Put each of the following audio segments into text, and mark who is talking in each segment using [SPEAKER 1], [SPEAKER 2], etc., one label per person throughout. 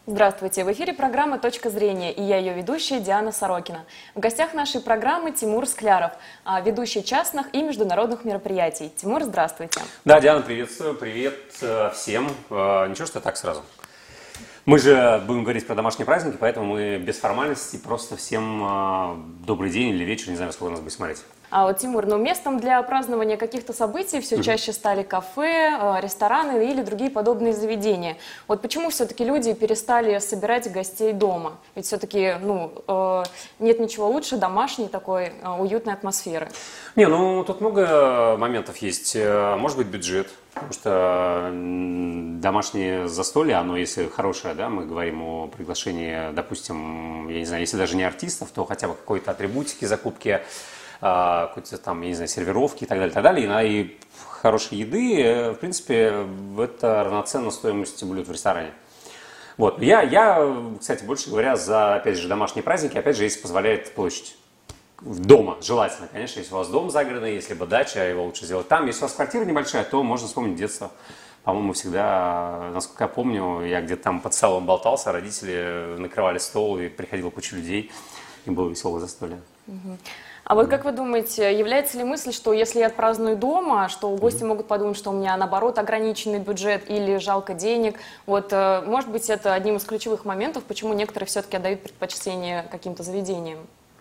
[SPEAKER 1] Здравствуйте! В эфире программа «Точка зрения» и я ее ведущая Диана Сорокина. В гостях нашей программы Тимур Скляров, ведущий частных и международных мероприятий. Тимур, здравствуйте!
[SPEAKER 2] Да, Диана, приветствую, привет всем. Ничего, что так сразу. Мы же будем говорить про домашние праздники, поэтому мы без формальностей просто всем добрый день или вечер, не знаю, сколько нас будет смотреть.
[SPEAKER 1] А вот, Тимур, местом для празднования каких-то событий все чаще стали кафе, рестораны или другие подобные заведения. Вот почему все-таки люди перестали собирать гостей дома? Ведь все-таки, нет ничего лучше домашней такой уютной атмосферы.
[SPEAKER 2] Тут много моментов есть. Может быть, бюджет, потому что домашнее застолье, оно, если хорошее, да, мы говорим о приглашении, допустим, я не знаю, если даже не артистов, то хотя бы какой-то атрибутики, закупки, какой-то там, я не знаю, сервировки и так далее, и хорошей еды, в принципе, это равноценно стоимости блюд в ресторане. Вот. Я, кстати, больше говоря, за, опять же, домашние праздники, опять же, если позволяет площадь. Дома, желательно, конечно, если у вас дом загородный, если бы дача, его лучше сделать там. Если у вас квартира небольшая, то можно вспомнить детство. По-моему, всегда, насколько я помню, я где-то там под столом болтался, родители накрывали стол, и приходила куча людей, и было веселое застолье.
[SPEAKER 1] А вот как вы думаете, является ли мысль, что если я отпраздную дома, что гости могут подумать, что у меня, наоборот, ограниченный бюджет или жалко денег? Вот, может быть, это одним из ключевых моментов, почему некоторые все-таки отдают предпочтение каким-то заведениям?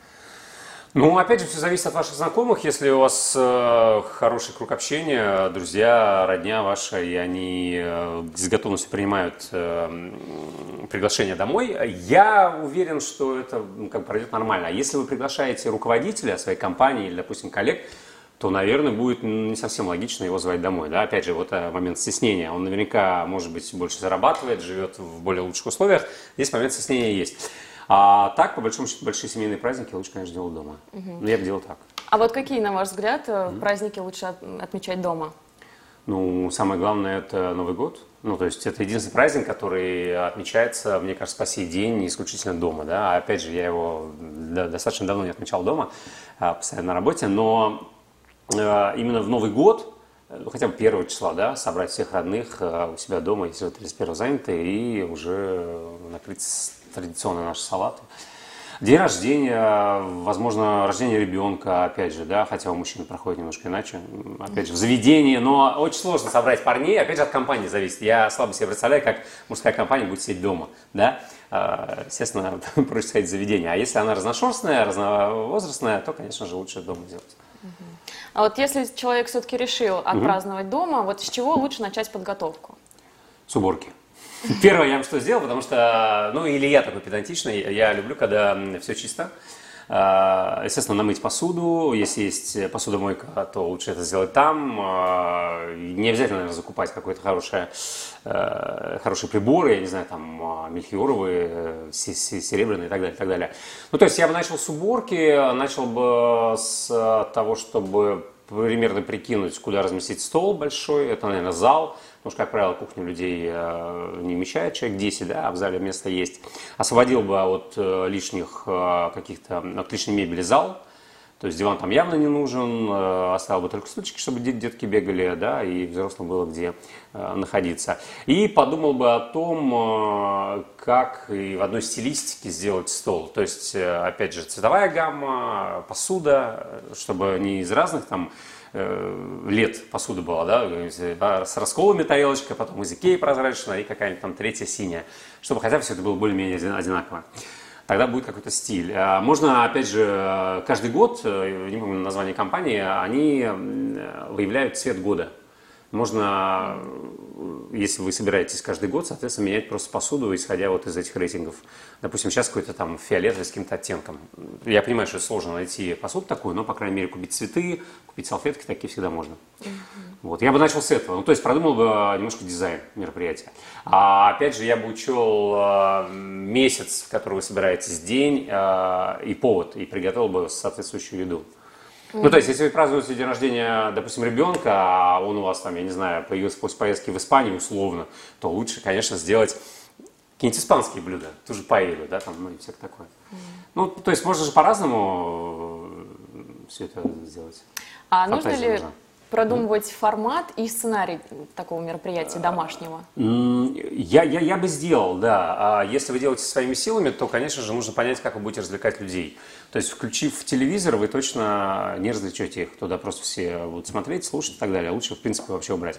[SPEAKER 2] Опять же, все зависит от ваших знакомых. Если у вас хороший круг общения, друзья, родня ваша, и они с готовностью принимают приглашение домой, я уверен, что это пройдет нормально. А если вы приглашаете руководителя своей компании или, допустим, коллег, то, наверное, будет не совсем логично его звать домой. Да? Опять же, вот момент стеснения. Он наверняка, может быть, больше зарабатывает, живет в более лучших условиях. Здесь момент стеснения есть. А так, по большому счету, большие семейные праздники лучше, конечно, делать дома. Но я бы делал так.
[SPEAKER 1] А вот какие, на ваш взгляд, праздники лучше отмечать дома?
[SPEAKER 2] Самое главное – это Новый год. То есть это единственный праздник, который отмечается, мне кажется, по сей день исключительно дома. Да? А опять же, я его достаточно давно не отмечал дома, постоянно на работе. Но именно в Новый год, хотя бы 1 числа, да, собрать всех родных у себя дома, если вы 31 заняты, и уже накрыть традиционные наши салаты. День рождения, возможно, рождение ребенка, опять же, да, хотя у мужчин проходит немножко иначе, опять же, в заведении, но очень сложно собрать парней, опять же, от компании зависит. Я слабо себе представляю, как мужская компания будет сидеть дома, да, естественно, проще сходить в заведение. А если она разношерстная, разновозрастная, то, конечно же, лучше дома делать.
[SPEAKER 1] А вот если человек все-таки решил отпраздновать дома, вот с чего лучше начать подготовку?
[SPEAKER 2] С уборки. Первое я что сделал, потому что, или я такой педантичный, я люблю, когда все чисто. Естественно, намыть посуду, если есть посудомойка, то лучше это сделать там. Не обязательно, наверное, закупать какой-то хороший прибор, я не знаю, там, мельхиоровые, серебряные и так далее, и так далее. То есть я бы начал с уборки, начал бы с того, чтобы примерно прикинуть, куда разместить стол большой, это, наверное, зал. Потому что, как правило, кухню людей не вмещает человек 10, да, а в зале место есть. Освободил бы от лишней мебели зал. То есть диван там явно не нужен, оставил бы только стульчики, чтобы детки бегали, да, и взрослым было где находиться. И подумал бы о том, как и в одной стилистике сделать стол. То есть, опять же, цветовая гамма, посуда, чтобы не из разных там лет посуда была, да, с расколами тарелочка, потом из Икеи прозрачная и какая-нибудь там третья синяя, чтобы хотя бы все это было более-менее одинаково. Тогда будет какой-то стиль. Можно, опять же, каждый год, не помню название компании, они выявляют цвет года. Можно, если вы собираетесь каждый год, соответственно, менять просто посуду, исходя вот из этих рейтингов. Допустим, сейчас какой-то там фиолетовый с каким-то оттенком. Я понимаю, что сложно найти посуду такую, но, по крайней мере, купить цветы, купить салфетки такие всегда можно. Вот. Я бы начал с этого. То есть продумал бы немножко дизайн мероприятия. А опять же, я бы учел месяц, в который вы собираетесь, день и повод, и приготовил бы соответствующую еду. То есть, если вы празднуете день рождения, допустим, ребенка, а он у вас там, я не знаю, появился после поездки в Испанию условно, то лучше, конечно, сделать какие-нибудь испанские блюда, ту же паэлью, да, там, и всякое такое. То есть, можно же по-разному все это сделать.
[SPEAKER 1] А нужно ли продумывать формат и сценарий такого мероприятия домашнего?
[SPEAKER 2] Я бы сделал, да. А если вы делаете своими силами, то, конечно же, нужно понять, как вы будете развлекать людей. То есть, включив телевизор, вы точно не развлечете их. Туда просто все будут смотреть, слушать и так далее. Лучше, в принципе, вообще убрать.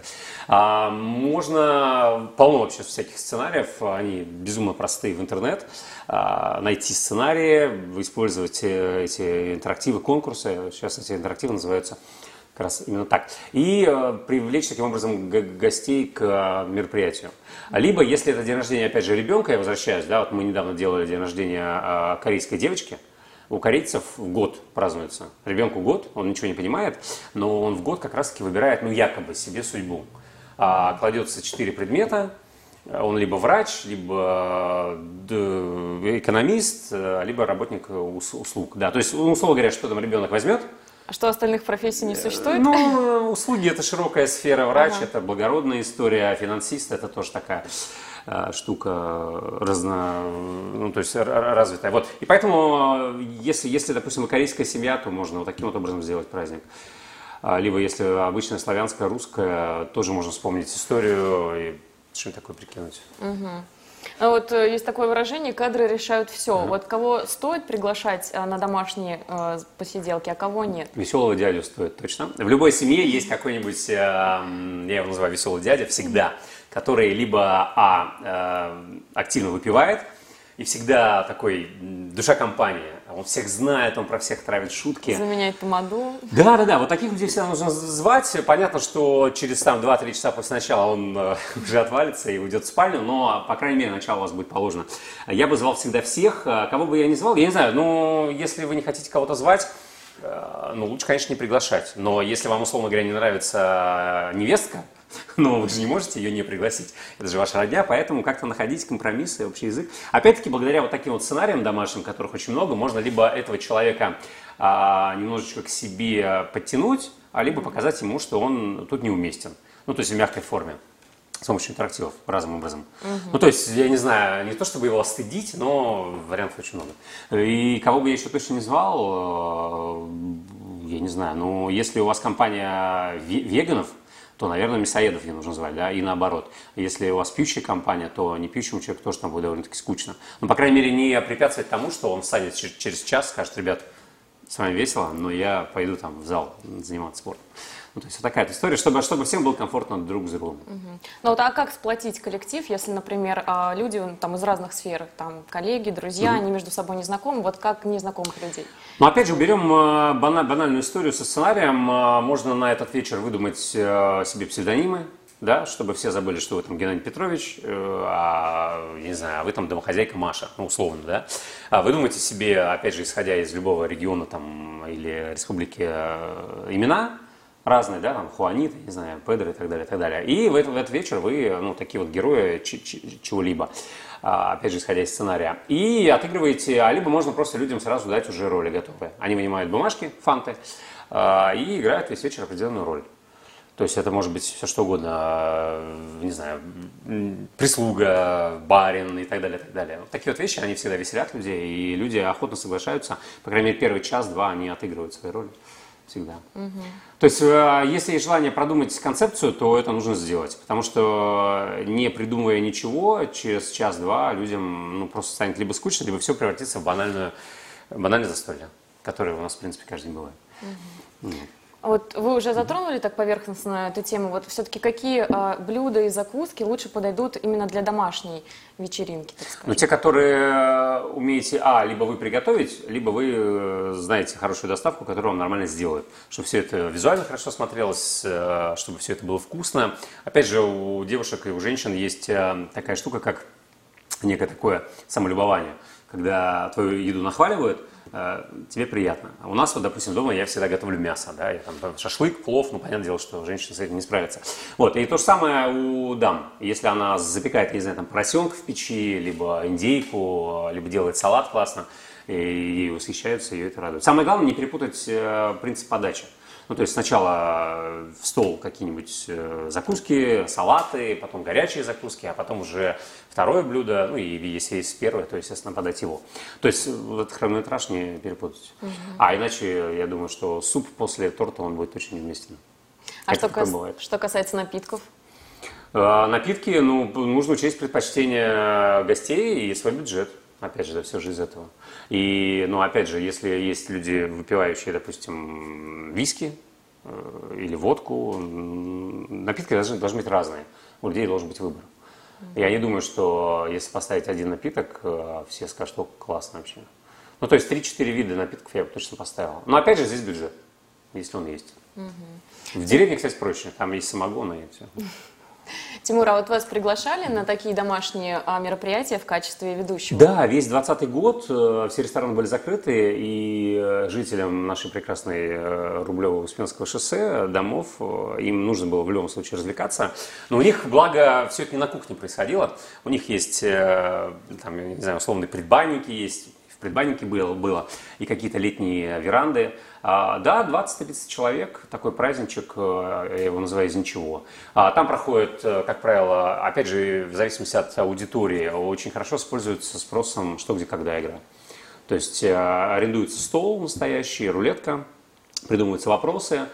[SPEAKER 2] Можно полно вообще всяких сценариев. Они безумно простые в интернет. Найти сценарии, использовать эти интерактивы, конкурсы. Сейчас эти интерактивы называются как раз именно так. И привлечь таким образом гостей к мероприятию. Либо, если это день рождения, опять же, ребенка, я возвращаюсь, да, вот мы недавно делали день рождения корейской девочки. У корейцев в год празднуется. Ребенку год, он ничего не понимает, но он в год как раз-таки выбирает, ну, якобы себе судьбу. Кладется 4 предмета. Он либо врач, либо экономист, либо работник услуг. Да, то есть, условно говоря, что там ребенок возьмет.
[SPEAKER 1] А что, остальных профессий не существует?
[SPEAKER 2] Ну, услуги – это широкая сфера, врач – это благородная история, финансист – это тоже такая штука ну, то есть развитая. Вот. И поэтому, если, допустим, корейская семья, то можно вот таким вот образом сделать праздник. Либо, если обычная славянская, русская, тоже можно вспомнить историю и что-нибудь такое прикинуть.
[SPEAKER 1] А вот есть такое выражение: кадры решают все. Вот кого стоит приглашать на домашние посиделки, а кого нет?
[SPEAKER 2] Веселого дядю стоит точно. В любой семье есть какой-нибудь, я его называю веселый дядя, всегда, который либо активно выпивает, и всегда такой душа компании. Он всех знает, он про всех травит шутки.
[SPEAKER 1] Заменяет тамаду.
[SPEAKER 2] Да. Вот таких людей всегда нужно звать. Понятно, что через 2-3 часа после начала он уже отвалится и уйдет в спальню, но, по крайней мере, начало у вас будет положено. Я бы звал всегда всех. Кого бы я ни звал, я не знаю, но если вы не хотите кого-то звать, ну, лучше, конечно, не приглашать. Но если вам, условно говоря, не нравится невестка, но вы же не можете ее не пригласить. Это же ваша родня, поэтому как-то находить компромиссы, общий язык. Опять-таки, благодаря вот таким вот сценариям домашним, которых очень много, можно либо этого человека немножечко к себе подтянуть, либо показать ему, что он тут неуместен. Ну, то есть в мягкой форме. С помощью интерактивов разным образом. Ну, то есть, я не знаю, не то чтобы его стыдить, но вариантов очень много. И кого бы я еще точно не звал, я не знаю, но если у вас компания веганов, то, наверное, мясоедов не нужно звать, да, и наоборот. Если у вас пьющая компания, то не пьющему человеку тоже там будет довольно-таки скучно. Но, по крайней мере, не препятствовать тому, что он встанет через час, скажет: ребят, с вами весело, но я пойду там в зал заниматься спортом. Ну, то есть вот такая история, чтобы всем было комфортно друг с другом.
[SPEAKER 1] Ну вот, а как сплотить коллектив, если, например, люди там из разных сфер, там коллеги, друзья, они между собой не знакомы, вот как незнакомых людей?
[SPEAKER 2] Ну, опять же, берем банальную историю со сценарием. Можно на этот вечер выдумать себе псевдонимы, да, чтобы все забыли, что вы там Геннадий Петрович, я не знаю, а вы там домохозяйка Маша, ну, условно, да. Вы думаете себе, опять же, исходя из любого региона там или республики, имена разные, да, там, Хуанит, не знаю, Педро и так далее, и так далее. И в этот вечер вы, ну, такие вот герои чего-либо, опять же, исходя из сценария. И отыгрываете, либо можно просто людям сразу дать уже роли готовые. Они вынимают бумажки, фанты, и играют весь вечер определенную роль. То есть это может быть все что угодно, не знаю, прислуга, барин и так далее, и так далее. Вот такие вот вещи, они всегда веселят людей, и люди охотно соглашаются. По крайней мере, первый час-два они отыгрывают свои роли. Всегда. То есть, если есть желание продумать концепцию, то это нужно сделать. Потому что, не придумывая ничего, через час-два людям, ну, просто станет либо скучно, либо все превратится в банальное застолье, которое у нас, в принципе, каждый день бывает.
[SPEAKER 1] Вот вы уже затронули так поверхностно эту тему. Вот все-таки какие блюда и закуски лучше подойдут именно для домашней вечеринки, так сказать?
[SPEAKER 2] Ну, те, которые умеете, либо вы приготовить, либо вы знаете хорошую доставку, которую вам нормально сделают. Чтобы все это визуально хорошо смотрелось, чтобы все это было вкусно. Опять же, у девушек и у женщин есть такая штука, как некое такое самолюбование. Когда твою еду нахваливают, тебе приятно. А у нас, вот, допустим, дома я всегда готовлю мясо, да, я там шашлык, плов, ну, понятное дело, что женщина с этим не справится. Вот, и то же самое у дам. Если она запекает, не знаю, там, поросенка в печи, либо индейку, либо делает салат классно, и ей восхищаются, ее это радует. Самое главное, не перепутать принцип подачи. Ну, то есть сначала в стол какие-нибудь закуски, салаты, потом горячие закуски, а потом уже второе блюдо, ну, и если есть первое, то, естественно, подать его. То есть этот хронометраж не перепутать. А иначе, я думаю, что суп после торта, он будет очень неуместен.
[SPEAKER 1] А
[SPEAKER 2] Это такое бывает.
[SPEAKER 1] что касается напитков?
[SPEAKER 2] Напитки, ну, нужно учесть предпочтения гостей и свой бюджет. Опять же, да, все же из этого. И, ну, опять же, если есть люди, выпивающие, допустим, виски или водку, напитки должны быть разные. У людей должен быть выбор. Я не думаю, что если поставить один напиток, все скажут, что классно вообще. Ну, то есть 3-4 вида напитков я бы точно поставил. Но опять же, здесь бюджет, если он есть. В деревне, кстати, проще. Там есть самогон и все.
[SPEAKER 1] Тимур, а вот вас приглашали на такие домашние мероприятия в качестве ведущего?
[SPEAKER 2] Да, весь 2020 год все рестораны были закрыты, и жителям нашей прекрасной Рублево-Успенского шоссе, домов, им нужно было в любом случае развлекаться. Но у них, благо, все это не на кухне происходило. У них есть, там, я не знаю, условные предбанники есть. В предбаннике было и какие-то летние веранды. Да, 20-30 человек, такой праздничек, я его называю из ничего. Там проходит, как правило, опять же, в зависимости от аудитории, очень хорошо используется спросом «что, где, когда» игра. То есть арендуется стол настоящий, рулетка, придумываются вопросы,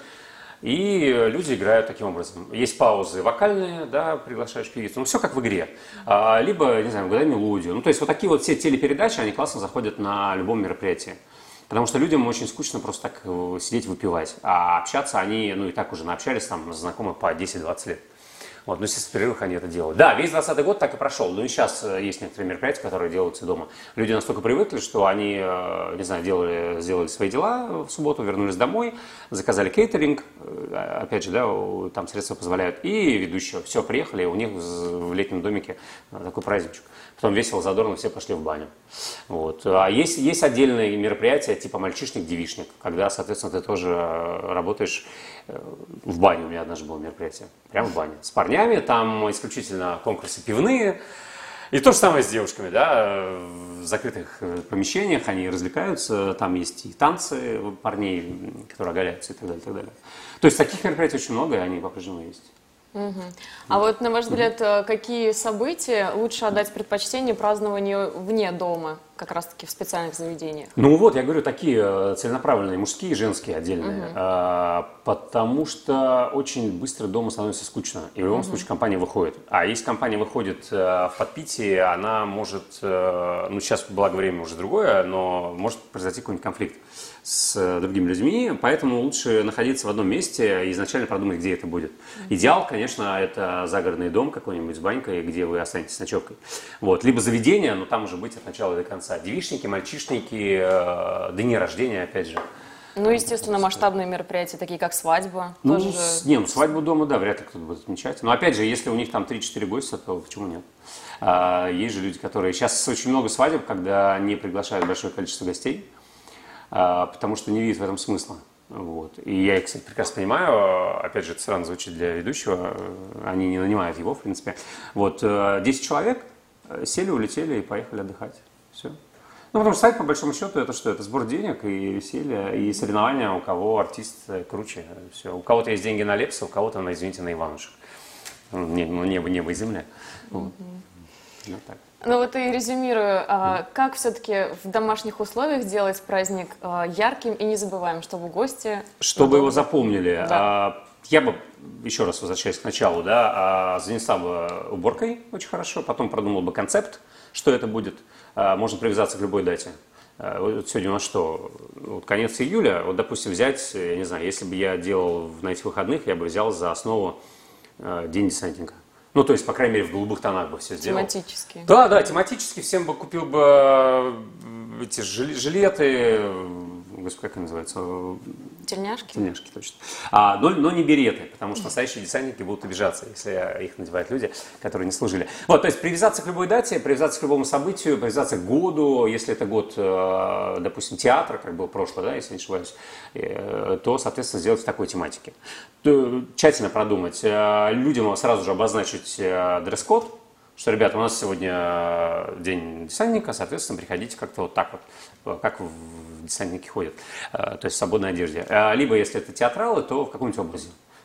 [SPEAKER 2] и люди играют таким образом. Есть паузы вокальные, да, приглашаешь певицу, ну все как в игре. Либо, не знаю, угадай мелодию. Ну то есть вот такие вот все телепередачи, они классно заходят на любом мероприятии. Потому что людям очень скучно просто так сидеть выпивать. А общаться они, ну и так уже наобщались, там, знакомы по 10-20 лет. Вот, но если в перерывах они это делают. Да, весь 2020 год так и прошел. Ну и сейчас есть некоторые мероприятия, которые делаются дома. Люди настолько привыкли, что они, не знаю, сделали свои дела в субботу, вернулись домой, заказали кейтеринг, опять же, да, там средства позволяют, и ведущего. Все, приехали, у них в летнем домике такой праздничек. Потом весело, задорно, все пошли в баню. Вот. А есть отдельные мероприятия, типа мальчишник-девичник, когда, соответственно, ты тоже работаешь в бане. У меня однажды было мероприятие. Прямо в бане. С парнями, там исключительно конкурсы пивные. И то же самое с девушками, да, в закрытых помещениях они развлекаются, там есть и танцы парней, которые оголяются и так далее, и так далее. То есть таких мероприятий очень много, и они по-прежнему есть.
[SPEAKER 1] А вот, на ваш взгляд, какие события лучше отдать предпочтение празднованию вне дома, как раз-таки в специальных заведениях?
[SPEAKER 2] Ну вот, я говорю, такие целенаправленные, мужские и женские отдельные, потому что очень быстро дома становится скучно, и в любом случае компания выходит. А если компания выходит в подпитии, она может, ну сейчас, благо время уже другое, но может произойти какой-нибудь конфликт с другими людьми, поэтому лучше находиться в одном месте и изначально продумать, где это будет. Идеал, конечно, это загородный дом какой-нибудь с банькой, где вы останетесь с ночевкой. Вот. Либо заведение, но там уже быть от начала до конца. Девичники, мальчишники, дни рождения, опять же.
[SPEAKER 1] Ну, естественно, масштабные мероприятия, такие как свадьба.
[SPEAKER 2] Ну,
[SPEAKER 1] тоже...
[SPEAKER 2] свадьбу дома, да, вряд ли кто-то будет отмечать. Но опять же, если у них там 3-4 гостя, то почему нет? Есть же люди, которые... Сейчас очень много свадеб, когда не приглашают большое количество гостей, потому что не видят в этом смысла. Вот. И я их, кстати, прекрасно понимаю. Опять же, это странно звучит для ведущего. Они не нанимают его, в принципе. Вот. 10 человек сели, улетели и поехали отдыхать. Все. Ну, потому что сайт, по большому счету, это что? Это сбор денег и веселье, и соревнования, у кого артист круче. Все. У кого-то есть деньги на Лепса, у кого-то, извините, на Иванушек. Небо и земля. Вот. Вот так.
[SPEAKER 1] Ну вот и резюмируя, как все-таки в домашних условиях сделать праздник ярким и незабываемым, чтобы гости...
[SPEAKER 2] Чтобы его запомнили.
[SPEAKER 1] Да.
[SPEAKER 2] Я бы, еще раз возвращаясь к началу, да, занесла бы уборкой очень хорошо, потом продумал бы концепт, что это будет. Можно привязаться к любой дате. Вот сегодня у нас что? Вот конец июля, вот, допустим, взять, я не знаю, если бы я делал на этих выходных, я бы взял за основу День десантника. Ну, то есть, по крайней мере, в голубых тонах бы все сделал.
[SPEAKER 1] Тематически.
[SPEAKER 2] Да, тематически. Всем бы купил бы эти жилеты, господи, как они называются?
[SPEAKER 1] Тельняшки?
[SPEAKER 2] Тельняшки, точно. Но не береты, потому что настоящие десантники будут обижаться, если их надевают люди, которые не служили. Вот, то есть привязаться к любой дате, привязаться к любому событию, привязаться к году. Если это год, допустим, театра, как был прошлый, да, если не ошибаюсь, то, соответственно, сделать в такой тематике. Тщательно продумать. Людям сразу же обозначить дресс-код, что, ребята, у нас сегодня день десантника, соответственно, приходите как-то вот так вот, как десантники ходят, то есть в свободной одежде. Либо, если это театралы, то в каком-нибудь образе.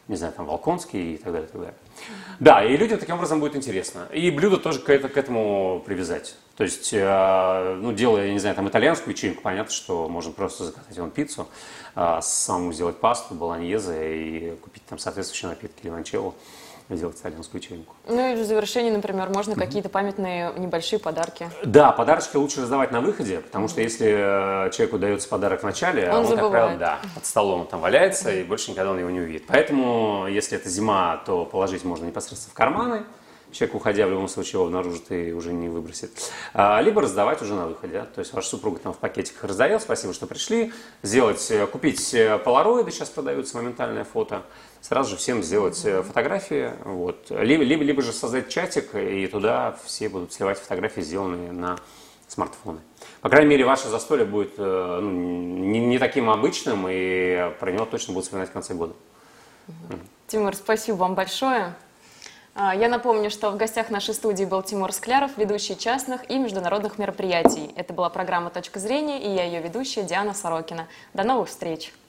[SPEAKER 2] не знаю, там, Волконский и так далее, и так далее. Да, и людям таким образом будет интересно. И блюдо тоже к этому привязать. То есть, ну, делая, я не знаю, там, итальянскую вечеринку, понятно, что можно просто заказать вон пиццу, самому сделать пасту, болоньезе и купить там соответствующие напитки, лимончелло, сделать итальянскую вечеринку.
[SPEAKER 1] Ну и в завершении, например, можно какие-то памятные небольшие подарки.
[SPEAKER 2] Да, подарочки лучше раздавать на выходе, потому что если человеку дается подарок в начале,
[SPEAKER 1] Он
[SPEAKER 2] как правило,
[SPEAKER 1] забывает.
[SPEAKER 2] да, под столом он там валяется, и больше никогда он его не увидит. Поэтому, если это зима, то положить можно непосредственно в карманы. Человек, уходя, в любом случае его обнаружит и уже не выбросит. Либо раздавать уже на выходе. Да? То есть ваша супруга там в пакетиках раздает, спасибо, что пришли. Купить полароиды, сейчас продаются, моментальное фото. Сразу же всем сделать фотографии. Вот. Либо же создать чатик, и туда все будут сливать фотографии, сделанные на смартфоны. По крайней мере, ваше застолье будет не таким обычным, и про него точно будут вспоминать в конце года.
[SPEAKER 1] Тимур, спасибо вам большое. Я напомню, что в гостях нашей студии был Тимур Скляров, ведущий частных и международных мероприятий. Это была программа «Точка зрения», и я ее ведущая Диана Сорокина. До новых встреч!